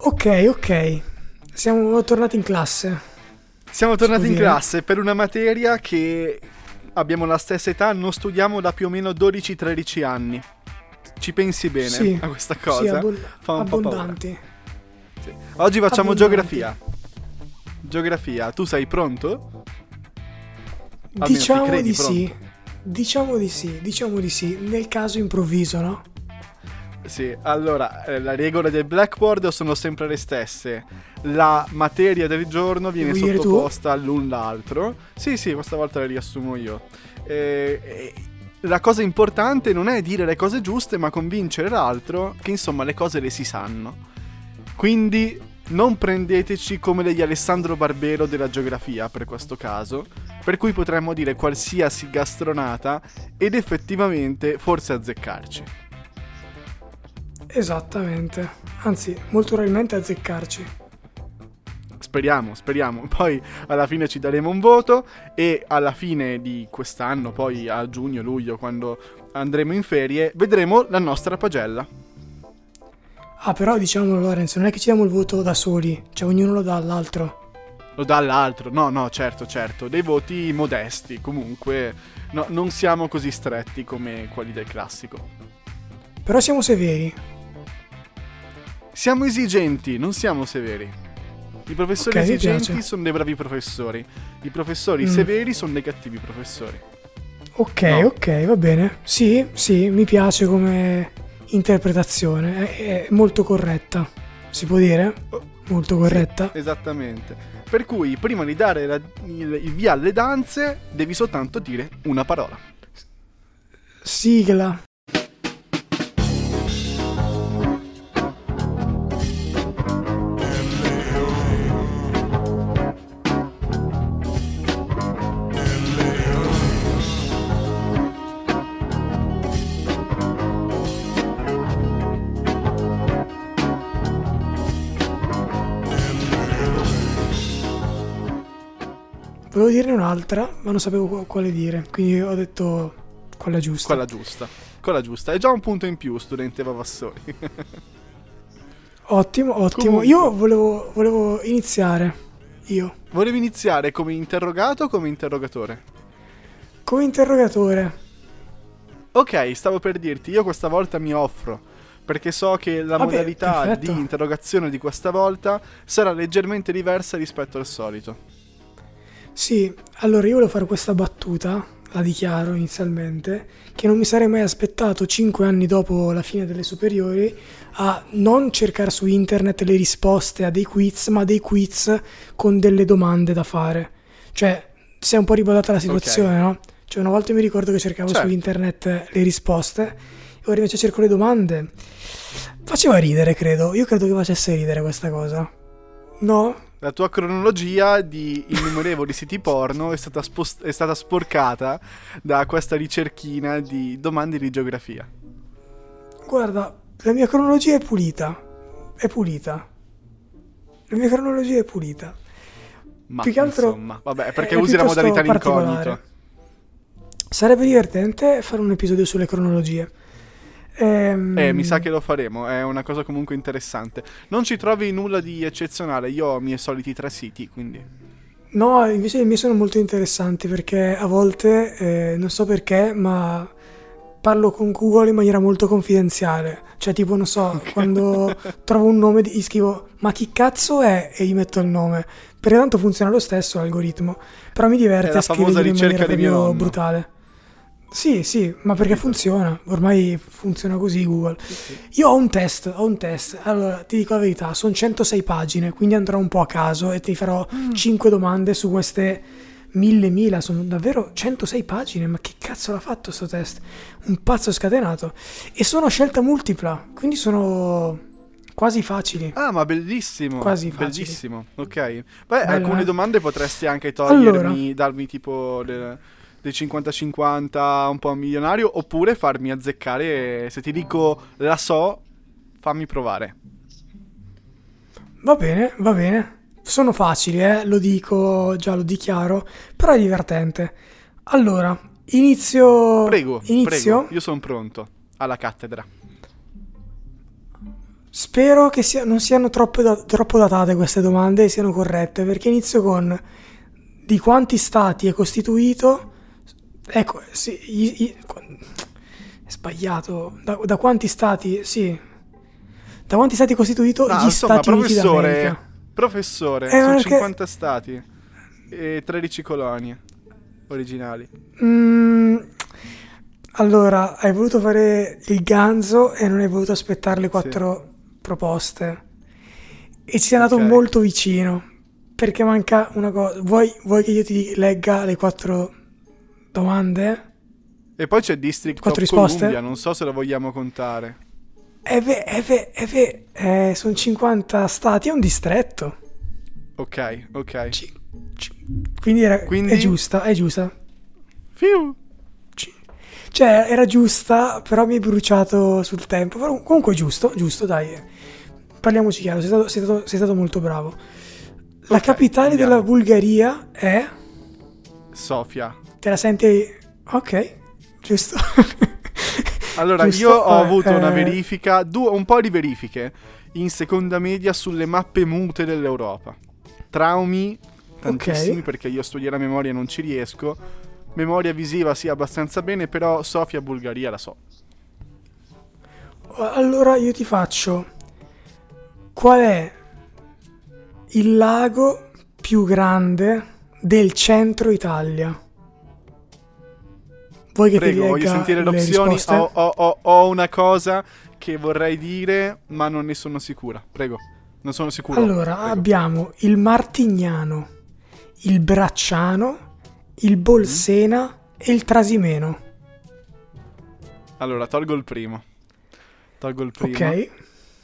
Ok. Siamo tornati in classe. Siamo tornati in classe per una materia che abbiamo la stessa età, non studiamo da più o meno 12-13 anni. Ci pensi bene Sì, a questa cosa? Sì, Fa un po' paura. abbondanti. Sì. Oggi facciamo Abbondanti. Geografia. Tu sei pronto? Almeno Diciamo ti credi di pronto? sì. Diciamo di sì. Nel caso improvviso, no? Sì, allora, le regole del Blackboard sono sempre le stesse. La materia del giorno viene Devo dire tu? sottoposta l'un l'altro. Sì, questa volta la riassumo io. La cosa importante non è dire le cose giuste, ma convincere l'altro che insomma le cose le si sanno. Quindi non prendeteci come degli Alessandro Barbero della geografia per questo caso, per cui potremmo dire qualsiasi gastronata ed effettivamente forse azzeccarci. Esattamente. Anzi, molto probabilmente azzeccarci. Speriamo. Poi alla fine ci daremo un voto e alla fine di quest'anno, poi a giugno-luglio, quando andremo in ferie, vedremo la nostra pagella. Ah, però diciamolo, Lorenzo, non è che ci diamo il voto da soli, cioè ognuno lo dà all'altro. Lo dà all'altro. No, certo. Dei voti modesti, comunque. No, non siamo così stretti come quelli del classico. Però siamo severi. Siamo esigenti, non siamo severi. I professori Ok, mi esigenti piace. sono dei bravi professori. I professori severi sono dei cattivi professori. Ok, No. ok, va bene. Sì, mi piace come interpretazione. È molto corretta. Si può dire? Molto corretta. Sì, esattamente. Per cui prima di dare il via alle danze devi soltanto dire una parola. Sigla. Volevo dirne un'altra, ma non sapevo quale dire, quindi ho detto quella giusta. Quella giusta. È già un punto in più, studente Vavassori. Ottimo. Comunque. Io volevo iniziare. Volevi iniziare come interrogato o come interrogatore? Come interrogatore. Ok, stavo per dirti, io questa volta mi offro, perché so che la Vabbè, modalità perfetto. di interrogazione di questa volta sarà leggermente diversa rispetto al solito. Sì, allora io volevo fare questa battuta, la dichiaro inizialmente, che non mi sarei mai aspettato 5 anni dopo la fine delle superiori a non cercare su internet le risposte a dei quiz, ma dei quiz con delle domande da fare. Cioè, si è un po' ribaltata la situazione, no? Cioè, una volta mi ricordo che cercavo Certo. su internet le risposte, e ora invece cerco le domande. Faceva ridere, credo. Io credo che facesse ridere questa cosa. No? La tua cronologia di innumerevoli siti porno è stata sporcata da questa ricerchina di domande di geografia. Guarda, la mia cronologia è pulita. La mia cronologia è pulita. Ma Più che altro insomma, vabbè, perché è usi la piuttosto modalità particolare. l'incognito. Sarebbe divertente fare un episodio sulle cronologie. Mi sa che lo faremo, è una cosa comunque interessante. Non ci trovi nulla di eccezionale, io ho i miei soliti 3 siti, quindi... No, invece i miei sono molto interessanti perché a volte, non so perché, ma parlo con Google in maniera molto confidenziale. Cioè tipo, non so, quando trovo un nome gli scrivo "ma chi cazzo è?" e gli metto il nome. Perché tanto funziona lo stesso l'algoritmo. Però mi È diverte la famosa scriverlo in maniera ricerca di mio proprio nonno. brutale. Sì, ma perché funziona. Ormai funziona così Google. Io ho un test. Allora, ti dico la verità, sono 106 pagine, quindi andrò un po' a caso e ti farò 5 domande su queste 1000, sono davvero 106 pagine, ma che cazzo l'ha fatto sto test? Un pazzo scatenato. E sono a scelta multipla, quindi sono quasi facili. Ah, ma bellissimo. Quasi facili. Bellissimo, ok. Beh, Bella, alcune domande potresti anche togliermi, Allora. darmi tipo dei 50-50 un po' milionario, oppure farmi azzeccare, se ti dico la so, fammi provare. Va bene. Sono facili, lo dico, già lo dichiaro, però è divertente. Allora, inizio. Prego, io sono pronto, alla cattedra. Spero che non siano troppo datate queste domande e siano corrette, perché inizio con di quanti stati è costituito. Ecco, sì, è sbagliato. Da quanti stati, sì. Da quanti stati è costituito No, gli insomma, Stati Uniti d'America? professore, sono Perché 50 stati e 13 colonie originali. allora, hai voluto fare il ganzo e non hai voluto aspettare le Sì, 4 proposte. E ci sei andato ok. molto vicino. Perché manca una cosa. Vuoi che io ti legga le 4 domande? E poi c'è District 4 of Columbia, risposte? non so se lo vogliamo contare. Sono 50 stati, è un distretto. Ok, ok. Ci- ci- quindi è Quindi, giusta, è giusta. fiu. Ci- Cioè, era giusta, però mi hai bruciato sul tempo. Però comunque è giusto, giusto, dai. Parliamoci chiaro, sei stato molto bravo. La Ok, capitale della andiamo. Bulgaria è... Sofia. Te la senti? Ok, giusto. Allora, io Giusto? ho avuto una Eh, verifica, un po' di verifiche in seconda media sulle mappe mute dell'Europa. Traumi tantissimi ok. perché io a studiare a memoria non ci riesco. Memoria visiva sì abbastanza bene, però Sofia Bulgaria la so. Allora io ti faccio... Qual è il lago più grande del centro Italia? Vuoi che ti Prego, voglio legga sentire le le opzioni. risposte? Ho una cosa che vorrei dire, ma non ne sono sicura. Prego, non sono sicuro. Allora, Prego. abbiamo il Martignano, il Bracciano, il Mhm. Bolsena e il Trasimeno. Allora, tolgo il primo. Tolgo il primo. Ok?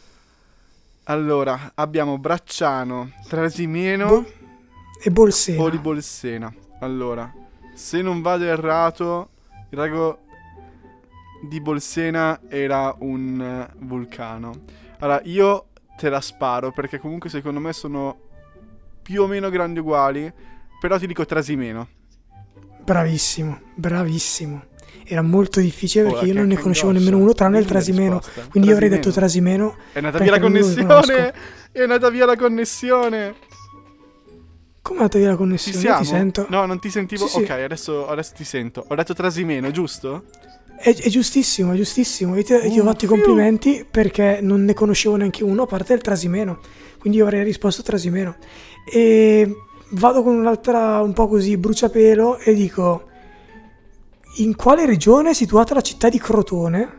Allora, abbiamo Bracciano, Bo- Trasimeno e o di Bolsena. Bolsena. Allora, se non vado errato, il lago di Bolsena era un vulcano. Allora, io te la sparo perché comunque secondo me sono più o meno grandi uguali, però ti dico Trasimeno. Bravissimo, bravissimo. Era molto difficile Oh, perché io non ne che conoscevo nemmeno angoscia. uno tranne il Dimmi la Trasimeno. risposta. Quindi io avrei detto Trasimeno. Trasimeno È andata via perché la è l'unico che conosco. connessione! È andata via la connessione! Come è andata via la Ci connessione? Io ti siamo? sento. No, non ti sentivo. Sì, sì. Ok, adesso ti sento. Ho detto Trasimeno, giusto? È giustissimo, è giustissimo. Io ti ho fatto i Fiu. complimenti perché non ne conoscevo neanche uno a parte il Trasimeno. Quindi io avrei risposto Trasimeno. E vado con un'altra un po' così bruciapelo e dico: in quale regione è situata la città di Crotone?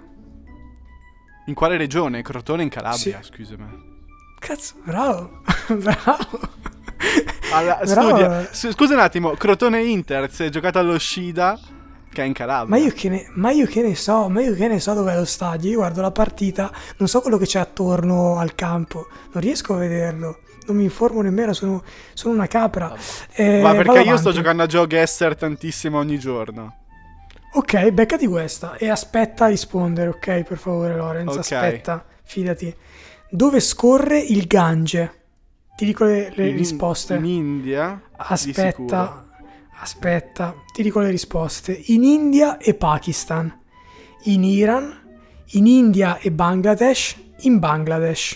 In quale regione? Crotone in Sì. Calabria, scusami. Cazzo, bravo. Bravo. Allora, Bravo. studia. Scusa un attimo, Crotone Inter si è giocato allo Scida, che è in Ma Calabria. io che ne so, dov'è lo stadio? Io guardo la partita, non so quello che c'è attorno al campo, non riesco a vederlo, non mi informo nemmeno, sono una capra. Ma perché Vado io sto avanti. giocando a GeoGuessr tantissimo ogni giorno. Ok, beccati questa e aspetta a rispondere, ok? Per favore, Lorenz, Ok. aspetta, fidati. Dove scorre il Gange? Ti dico le risposte. In India, di sicuro. Aspetta, ti dico le risposte. In India e Pakistan, in Iran, in India e Bangladesh, in Bangladesh.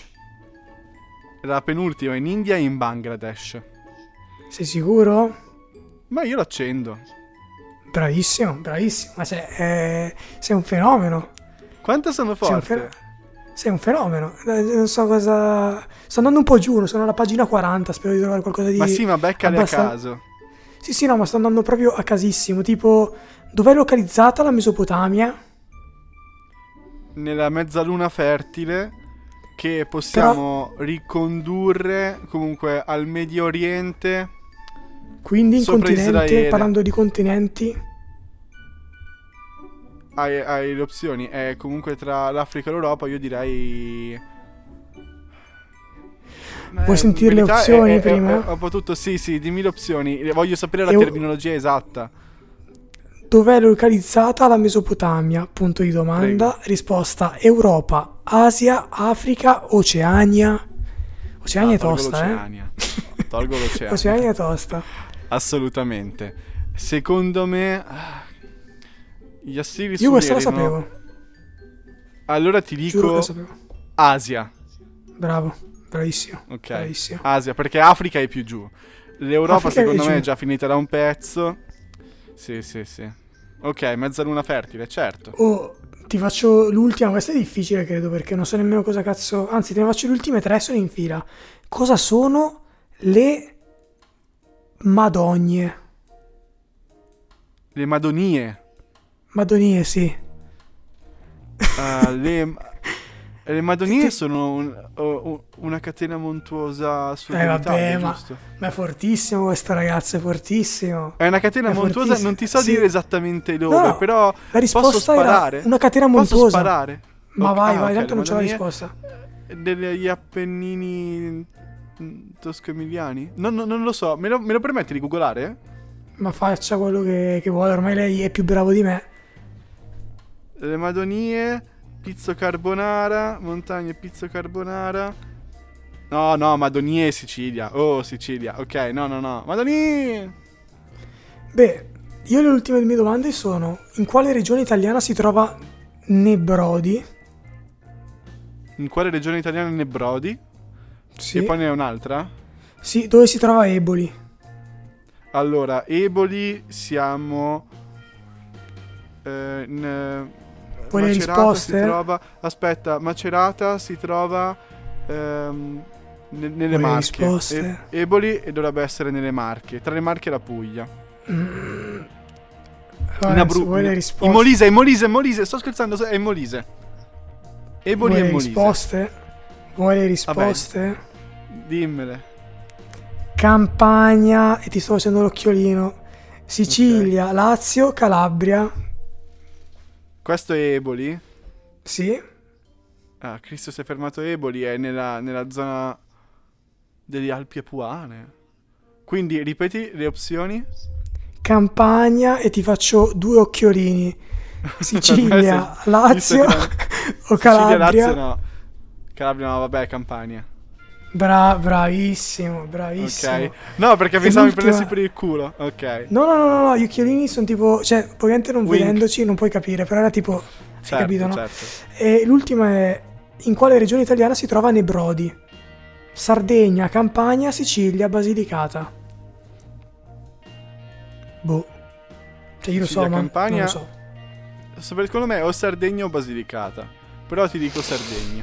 La penultima in India e in Bangladesh. Sei sicuro? Ma io l'accendo. Bravissimo, bravissimo. Ma sei un fenomeno. Quanto sono Sei un, forte? sei un fenomeno. Non so cosa... Sto andando un po' giù, sono alla pagina 40, spero di trovare qualcosa di... Ma sì, ma beccale a caso. Sì, sì, no, ma sto andando proprio a casissimo. Tipo, dov'è localizzata la Mesopotamia? Nella mezzaluna fertile, che possiamo ricondurre comunque al Medio Oriente. Quindi in Sopra continente, Israele. parlando di continenti, Hai le opzioni. È comunque tra l'Africa e l'Europa, io direi. vuoi sentire In le verità opzioni prima? È un po' tutto. Sì, sì, dimmi le opzioni. Voglio sapere la Eu- terminologia esatta. Dov'è localizzata la Mesopotamia? Punto di domanda. Prego. Risposta: Europa, Asia, Africa, Oceania. Oceania è Tolgo tosta, l'Oceania. Tolgo l'Oceania. Oceania è tosta. Assolutamente. Secondo me. Gli Assiri Io questa la Sumeri, no? sapevo. Allora ti Giuro che dico la sapevo. Asia. Bravo, bravissimo. Ok. Bravissimo. Asia, perché Africa è più giù. L'Europa Africa secondo è me è giù. già finita da un pezzo. Sì. Ok, mezzaluna fertile, certo. Oh, ti faccio l'ultima, questa è difficile credo perché non so nemmeno cosa cazzo... Anzi, te ne faccio le ultime 3, sono in fila. Cosa sono le Madogne? Le Madonie. Madonie, sì. Le Madonie sono una catena montuosa Vabbè, giusto? ma è fortissimo questo ragazzo, è fortissimo. È una catena È montuosa, fortissimo. non ti so Sì. dire esattamente dove, No, però la risposta posso sparare. era una catena Posso montuosa. sparare? Ma vai, ok, tanto le non c'è la Madonie risposta. degli Appennini tosco-emiliani? Non lo so, me lo permetti di googlare? Ma faccia quello che vuole, ormai lei è più bravo di me. Le Madonie, Pizzo Carbonara, montagne Pizzo Carbonara. No, Madonie Sicilia. Oh, Sicilia. Ok, no. Madonie! Beh, io le ultime mie domande sono: in quale regione italiana si trova Nebrodi? In quale regione italiana ne Brodi? Sì. E poi ne è un'altra? Sì, dove si trova Eboli? Allora, Eboli siamo... Poi le Macerata risposte? si trova... Aspetta, Macerata si trova nelle Poi le Marche. risposte? Eboli e dovrebbe essere nelle Marche. Tra le Marche e la Puglia. In Lorenzo, vuoi le risposte? In Molise. Sto scherzando, è in Molise. Eboli Vuoi e le Molise. risposte? Vuoi le risposte? Dimmele. Campania, e ti sto facendo l'occhiolino. Sicilia, Lazio, Calabria. Questo è Eboli? Sì. Ah, Cristo si è fermato a Eboli, è nella zona delle Alpi Apuane. Quindi, ripeti le opzioni? Campania, e ti faccio 2 occhiolini. Sicilia, Lazio o Calabria? Sicilia, Lazio no. Calabria no, vabbè, Campania. Bravissimo. Ok. No, perché pensavo mi prendessi per il culo. Ok. No, gli occhiolini sono tipo... Cioè, ovviamente non Wink. vedendoci non puoi capire, però era tipo... Certo, hai capito, no? certo. E l'ultima è: in quale regione italiana si trova Nebrodi? Sardegna, Campania, Sicilia, Basilicata. Boh. Cioè io lo Sicilia, so, ma Campania. non lo so. Secondo me o Sardegna o Basilicata. Però ti dico Sardegna.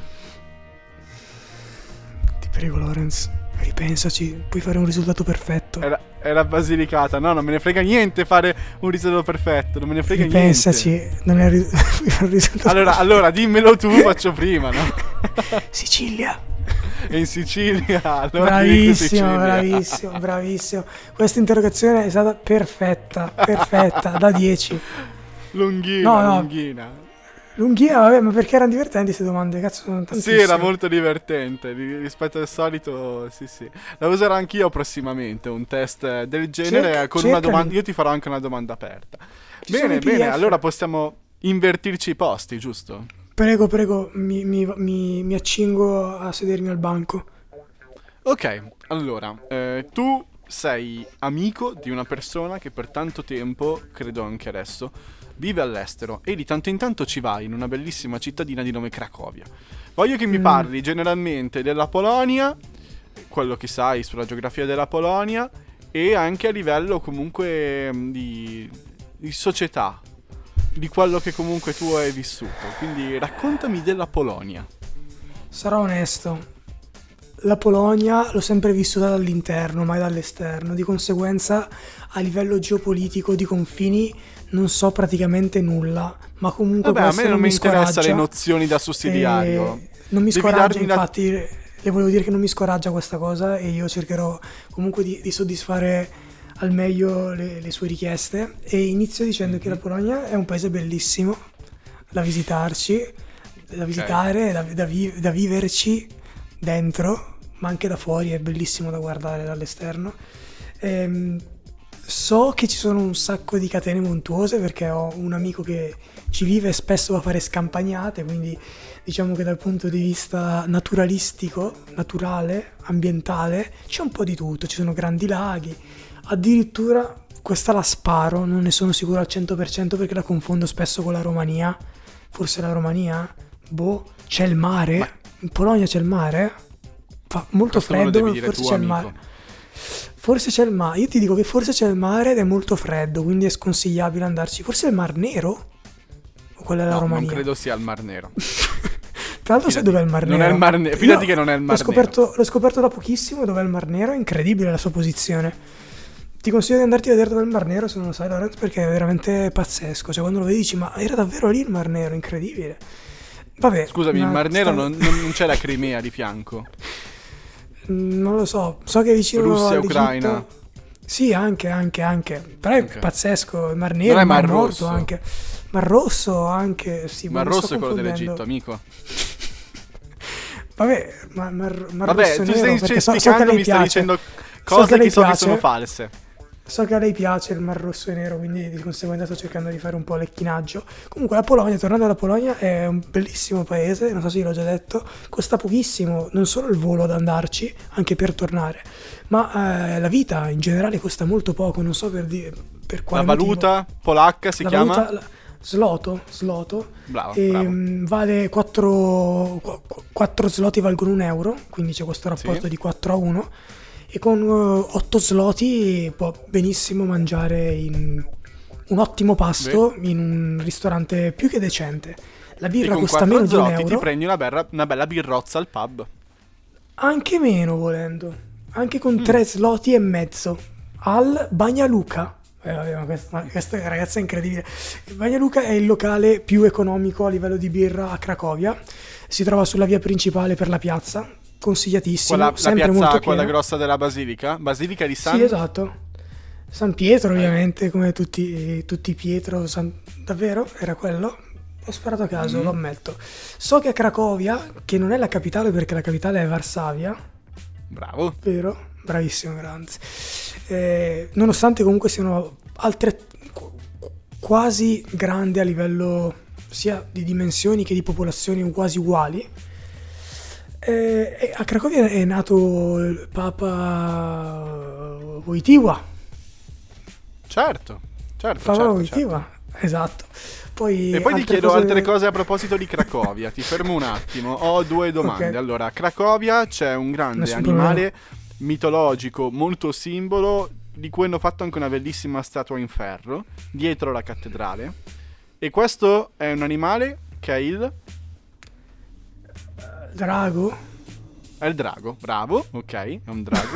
Ti prego, Lorenz, ripensaci, puoi fare un risultato perfetto. Era Basilicata. No, non me ne frega niente fare un risultato perfetto. Non me ne frega Ripensaci, niente. non è puoi fare un risultato Allora, dimmelo tu, faccio prima, no? Sicilia. E in Sicilia. Allora ti dico Sicilia. Bravissimo. Questa interrogazione è stata perfetta, da 10. Lunghina. Lunghina, vabbè, ma perché erano divertenti queste domande? Cazzo, sono Sì, tantissime. era molto divertente rispetto al solito. Sì. La userò anch'io prossimamente. Un test del genere con una domanda. Io ti farò anche una domanda aperta. Bene. Allora possiamo invertirci i posti, giusto? Prego, mi accingo a sedermi al banco. Ok, allora, tu sei amico di una persona che per tanto tempo, credo anche adesso, vive all'estero e di tanto in tanto ci vai in una bellissima cittadina di nome Cracovia. Voglio che mi parli generalmente della Polonia, quello che sai sulla geografia della Polonia e anche a livello comunque di società, di quello che comunque tu hai vissuto. Quindi raccontami della Polonia. Sarò onesto. La Polonia l'ho sempre vissuta dall'interno, mai dall'esterno. Di conseguenza, a livello geopolitico di confini non so praticamente nulla. Ma comunque vabbè, a me non mi interessa scoraggia. Le nozioni da sussidiario. Non mi Devi scoraggia, darmi infatti. Le volevo dire che non mi scoraggia questa cosa e io cercherò comunque di soddisfare al meglio le sue richieste. E inizio dicendo che la Polonia è un paese bellissimo da visitarci, da visitare, da viverci dentro, ma anche da fuori è bellissimo da guardare dall'esterno. So che ci sono un sacco di catene montuose perché ho un amico che ci vive e spesso va a fare scampagnate, quindi diciamo che dal punto di vista naturalistico, naturale, ambientale, c'è un po' di tutto. Ci sono grandi laghi, addirittura questa la sparo, non ne sono sicuro al 100% perché la confondo spesso con la Romania. Forse la Romania? Boh, c'è il mare, In Polonia c'è il mare? Fa molto Questo me lo freddo, devi dire forse tu, c'è il amico. mare. Forse c'è il mare. Io ti dico che forse c'è il mare ed è molto freddo, quindi è sconsigliabile andarci. Forse è il Mar Nero? O quella è la No, Romania? non credo sia il Mar Nero. Tra l'altro sai dov'è il Mar Nero? Non è il Mar Nero. Fidati che non è il Mar Nero. L'ho scoperto da pochissimo dov'è il Mar Nero, è incredibile la sua posizione. Ti consiglio di andarti a vedere dov'è il Mar Nero se non lo sai, Lorenzo, perché è veramente pazzesco. Cioè quando lo vedi dici ma era davvero lì il Mar Nero, incredibile. Vabbè. Scusami, il Mar Nero non c'è la Crimea di fianco. Non lo so che è vicino Russia e all'Egitto. Ucraina. Sì, anche. Però è Ok. pazzesco, il Mar Nero, Non è il Mar Mar Morto Rosso. anche. Mar Rosso anche, sì. Mar mi sto Rosso è quello confondendo. dell'Egitto, amico. Vabbè, Mar Vabbè, Rosso tu nero, stai perché so che spiegando, lei mi stai piace. dicendo So cose che lei che so che piace. sono false. So che a lei piace il Mar Rosso e nero, quindi di conseguenza sto cercando di fare un po' lecchinaggio. Comunque la Polonia, tornando alla Polonia, è un bellissimo paese, non so se io l'ho già detto, costa pochissimo, non solo il volo ad andarci, anche per tornare, ma la vita in generale costa molto poco, non so per quale La motivo. valuta polacca si La chiama? valuta, Zloto, Bravo, e bravo. vale 4 zloty valgono 1 euro, quindi c'è questo rapporto Sì. di 4-1, e con 8 zloty può benissimo mangiare in un ottimo pasto in un ristorante più che decente. La E birra con costa 4 meno di 1 zloty ti euro, prendi una bella birrozza al pub. anche meno volendo, anche con 3 zloty e mezzo al Bagnaluca. Vabbè, ma questa ragazza è incredibile. Il Bagnaluca è il locale più economico a livello di birra a Cracovia, si trova sulla via principale per la piazza, consigliatissimo, La sempre molto piazza, pieno. quella grossa della Basilica? Basilica di San... Sì, esatto. San Pietro, ovviamente, come tutti Pietro. Davvero? Era quello? Ho sparato a caso, lo ammetto. So che a Cracovia, che non è la capitale perché la capitale è Varsavia, Bravo. vero? Bravissimo, Granz. Nonostante comunque siano quasi grandi a livello sia di dimensioni che di popolazioni quasi uguali, a Cracovia è nato il Papa Wojtyła. Certo. Papa Wojtyła, esatto. E poi ti chiedo altre cose a proposito di Cracovia. Ti fermo un attimo. Ho 2 domande. Ok. Allora, a Cracovia c'è un grande Nessun animale mitologico molto simbolo di cui hanno fatto anche una bellissima statua in ferro dietro la cattedrale. E questo è un animale che è il Drago? È il drago, bravo, ok, è un drago.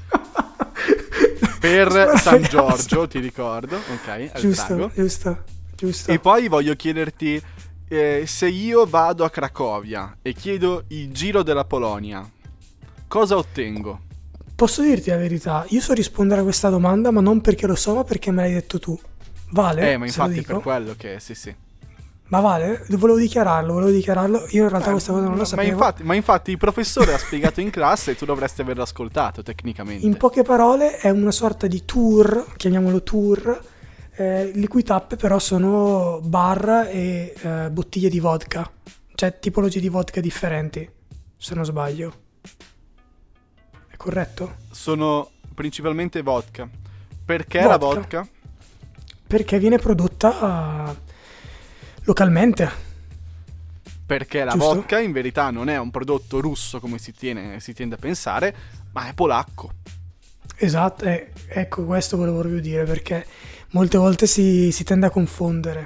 Per San Giorgio, ti ricordo, ok, è il drago. Giusto. E poi voglio chiederti, se io vado a Cracovia e chiedo il giro della Polonia, cosa ottengo? Posso dirti la verità? Io so rispondere a questa domanda, ma non perché lo so, ma perché me l'hai detto tu. Vale? Ma se lo infatti dico? per quello che, sì. Ma vale? Volevo dichiararlo. Io in realtà questa cosa non la sapevo. Ma infatti il professore ha spiegato in classe e tu dovresti averlo ascoltato tecnicamente. In poche parole è una sorta di tour, chiamiamolo tour, le cui tappe però sono bar e bottiglie di vodka. Cioè tipologie di vodka differenti, se non sbaglio. È corretto? Sono principalmente vodka. Perché la vodka? Perché viene prodotta localmente. Perché la Giusto? vodka in verità non è un prodotto russo come si tende a pensare, ma è polacco. Esatto, ecco questo volevo proprio dire, perché molte volte si tende a confondere.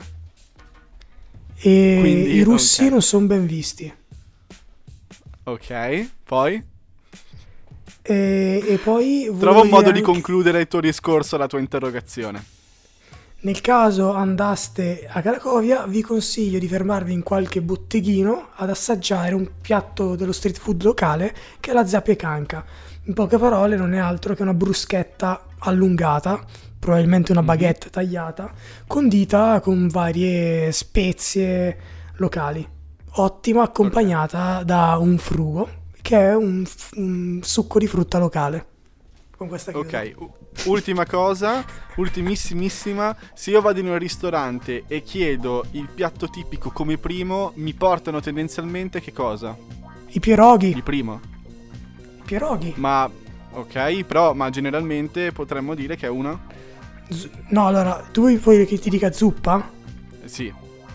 E Quindi, i russi ok. non sono ben visti. Ok, poi? E poi Trova un modo di anche, concludere il tuo discorso, la tua interrogazione. nel caso andaste a Cracovia, vi consiglio di fermarvi in qualche botteghino ad assaggiare un piatto dello street food locale che è la zapiekanka. In poche parole non è altro che una bruschetta allungata, probabilmente una baguette tagliata, condita con varie spezie locali. Ottima, accompagnata da un frugo, che è un succo di frutta locale. Con questa chiudo. Ok, ultima cosa, ultimissimissima. Se io vado in un ristorante e chiedo il piatto tipico come primo, mi portano tendenzialmente che cosa? I pieroghi. Il primo. Pieroghi. Ma, ok, però, ma generalmente potremmo dire che è una? No, allora, tu vuoi che ti dica zuppa? Sì.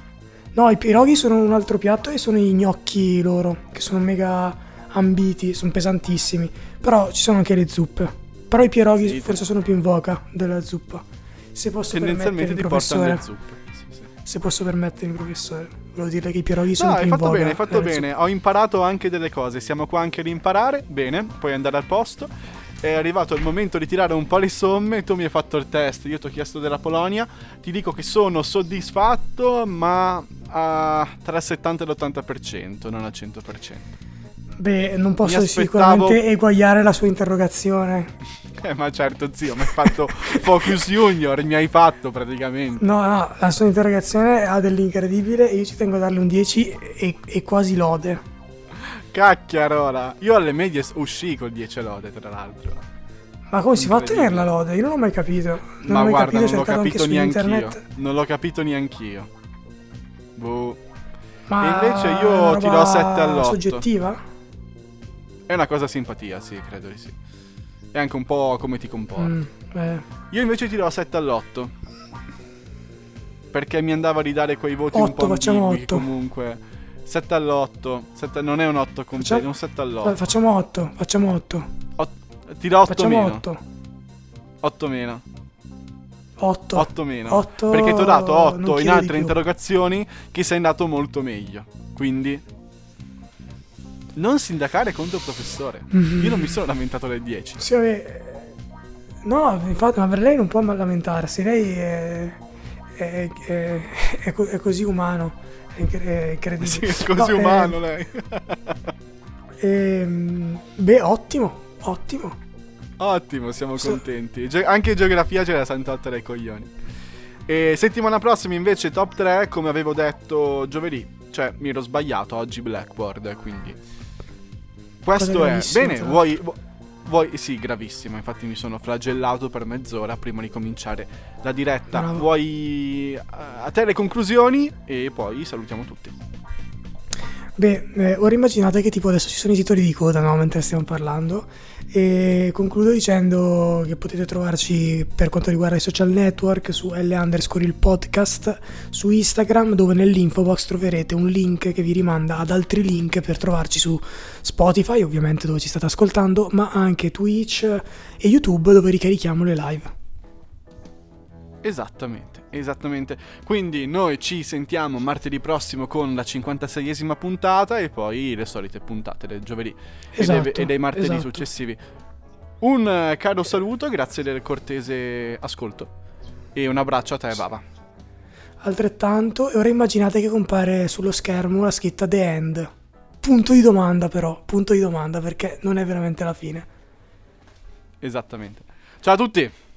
No, i piroghi sono un altro piatto e sono i gnocchi loro, che sono mega ambiti, sono pesantissimi. Però ci sono anche le zuppe. Però i piroghi Sì, forse sono più in voga della zuppa. Se posso tendenzialmente permettermi, ti portano professore. le zuppe. Sì, sì. Se posso permettermi, professore. Volevo dire che i piroghi No, sono più hai in fatto voga. bene, hai fatto delle bene. zuppe. Ho imparato anche delle cose. Siamo qua anche ad imparare. Bene, puoi andare al posto. È arrivato il momento di tirare un po' le somme. Tu mi hai fatto il test, io ti ho chiesto della Polonia. Ti dico che sono soddisfatto, ma tra il 70 e l'80%, non al 100%. Beh, non posso Mi aspettavo- sicuramente eguagliare la sua interrogazione. Ma certo, zio, mi hai fatto Focus Junior, mi hai fatto praticamente. No, la sua interrogazione ha dell'incredibile e io ci tengo a darle un 10 e quasi lode. Cacchiarola. Io alle medie uscii col 10 lode, tra l'altro. Ma come si fa a Incredibile. ottenere la lode? Io non l'ho mai capito. Non Ma l'ho mai guarda, capito, ho non l'ho cercato anche capito su neanch'io. internet. Non l'ho capito neanch'io. Boh. Ma E invece è io una ti do roba 7 all'8. soggettiva? È una cosa simpatia, sì, credo di sì. È anche un po' come ti comporti. Io invece ti do 7 all'8. Perché mi andava a ridare quei voti un 8, po' facciamo ambigui 8. comunque. 7 all'8. Non è un 8 completo, è un 7 all'8. Facciamo 8, facciamo 8. Ti do 8 Facciamo meno. 8. 8 meno. 8. 8 meno. 8 Perché ti ho dato non 8 in chiedo di altre più. interrogazioni che sei andato molto meglio. Quindi non sindacare contro il professore. Io non mi sono lamentato alle 10. Sì, vabbè. No, infatti, ma per lei non può lamentarsi. Lei è così umano. È incredibile. Sì, è così No, umano lei. Beh, ottimo. Ottimo. Ottimo, siamo contenti. Anche geografia ce la sento alta dai coglioni. E settimana prossima invece top 3, come avevo detto giovedì. Cioè, mi ero sbagliato oggi Blackboard, quindi questo Cosa è. gravissima, Bene, tra l'altro. vuoi sì, gravissimo. Infatti mi sono flagellato per mezz'ora prima di cominciare la diretta. Bravo. Vuoi a te le conclusioni e poi salutiamo tutti. Beh, ora immaginate che tipo adesso ci sono i titoli di coda, no, mentre stiamo parlando, e concludo dicendo che potete trovarci per quanto riguarda i social network su L_il podcast su Instagram, dove nell'info box troverete un link che vi rimanda ad altri link per trovarci su Spotify, ovviamente dove ci state ascoltando, ma anche Twitch e YouTube dove ricarichiamo le live. Esattamente. Quindi noi ci sentiamo martedì prossimo con la 56esima puntata e poi le solite puntate del giovedì e dei martedì successivi. Un caro saluto, grazie del cortese ascolto e un abbraccio a te, Bava. Altrettanto, e ora immaginate che compare sullo schermo la scritta The End. Punto di domanda però, punto di domanda, perché non è veramente la fine. Esattamente. Ciao a tutti!